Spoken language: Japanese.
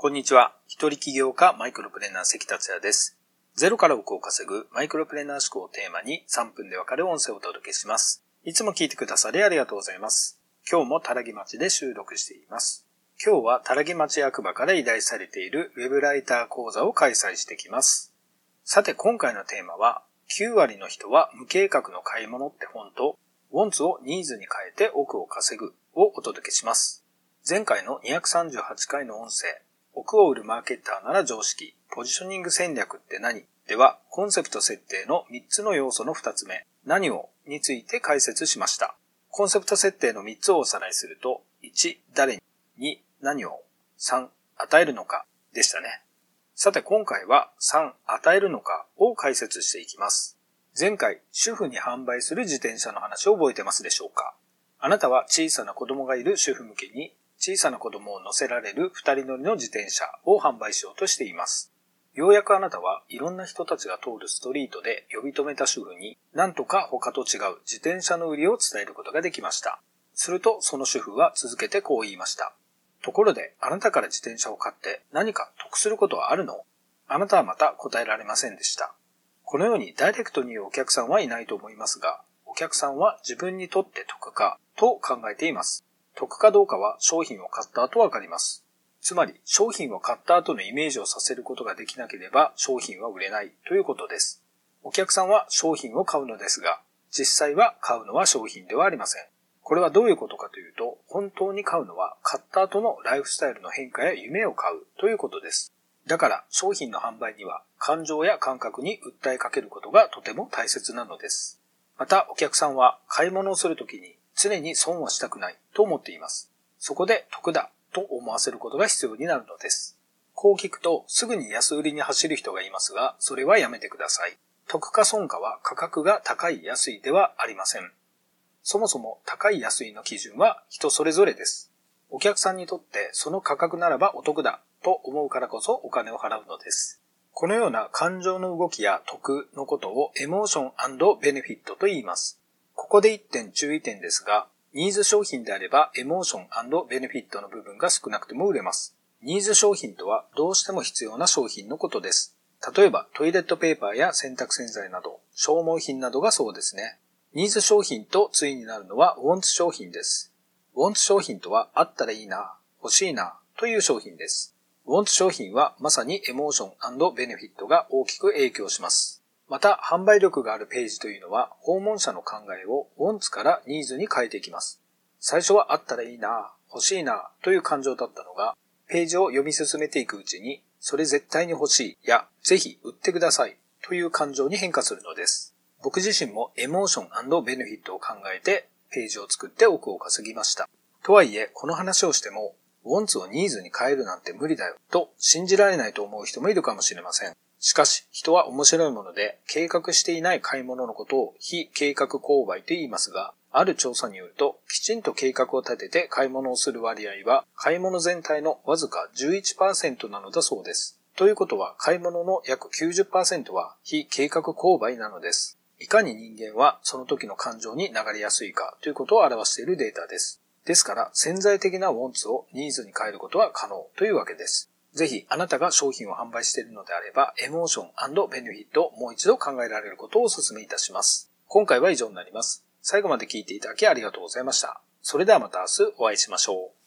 こんにちは。一人起業家マイクロプレーナー関達也です。ゼロから億を稼ぐマイクロプレーナー思考をテーマに3分でわかる音声をお届けします。いつも聞いてくださりありがとうございます。今日もたらぎ町で収録しています。今日はたらぎ町役場から依頼されているウェブライター講座を開催してきます。さて今回のテーマは9割の人は無計画の買い物って本とWantsをニーズに変えて億を稼ぐをお届けします。前回の238回の音声億を売るマーケッターなら常識、ポジショニング戦略って何？では、コンセプト設定の3つの要素の2つ目、何をについて解説しました。コンセプト設定の3つをおさらいすると、1、誰に、2、何を、3、与えるのかでしたね。さて今回は3、与えるのかを解説していきます。前回、主婦に販売する自転車の話を覚えてますでしょうか？あなたは小さな子供がいる主婦向けに、小さな子供を乗せられる2人乗りの自転車を販売しようとしています。ようやくあなたはいろんな人たちが通るストリートで呼び止めた主婦になんとか他と違う自転車の売りを伝えることができました。するとその主婦は続けてこう言いました。ところであなたから自転車を買って何か得することはあるの？あなたはまた答えられませんでした。このようにダイレクトに言うお客さんはいないと思いますが、お客さんは自分にとって得かと考えています。得かどうかは商品を買った後わかります。つまり商品を買った後のイメージをさせることができなければ商品は売れないということです。お客さんは商品を買うのですが、実際は買うのは商品ではありません。これはどういうことかというと、本当に買うのは買った後のライフスタイルの変化や夢を買うということです。だから商品の販売には感情や感覚に訴えかけることがとても大切なのです。またお客さんは買い物をするときに常に損はしたくないと思っています。そこで得だと思わせることが必要になるのです。こう聞くとすぐに安売りに走る人がいますが、それはやめてください。得か損かは価格が高い安いではありません。そもそも高い安いの基準は人それぞれです。お客さんにとってその価格ならばお得だと思うからこそお金を払うのです。このような感情の動きや得のことをエモーション&ベネフィットと言います。ここで1点注意点ですが、ニーズ商品であればエモーション&ベネフィットの部分が少なくても売れます。ニーズ商品とはどうしても必要な商品のことです。例えばトイレットペーパーや洗濯洗剤など消耗品などがそうですね。ニーズ商品と対になるのはウォンツ商品です。ウォンツ商品とはあったらいいな、欲しいなという商品です。ウォンツ商品はまさにエモーション&ベネフィットが大きく影響します。また、販売力があるページというのは、訪問者の考えをWantsからニーズに変えていきます。最初はあったらいいな、欲しいなという感情だったのが、ページを読み進めていくうちに、それ絶対に欲しいや、ぜひ売ってくださいという感情に変化するのです。僕自身もエモーション&ベネフィットを考えて、ページを作って億を稼ぎました。とはいえ、この話をしても、Wantsをニーズに変えるなんて無理だよと信じられないと思う人もいるかもしれません。しかし、人は面白いもので、計画していない買い物のことを非計画購買と言いますが、ある調査によると、きちんと計画を立てて買い物をする割合は、買い物全体のわずか 11% なのだそうです。ということは、買い物の約 90% は非計画購買なのです。いかに人間はその時の感情に流れやすいかということを表しているデータです。ですから、潜在的なWantsをニーズに変えることは可能というわけです。ぜひあなたが商品を販売しているのであれば、エモーション&ベネフィットをもう一度考えられることをお勧めいたします。今回は以上になります。最後まで聞いていただきありがとうございました。それではまた明日お会いしましょう。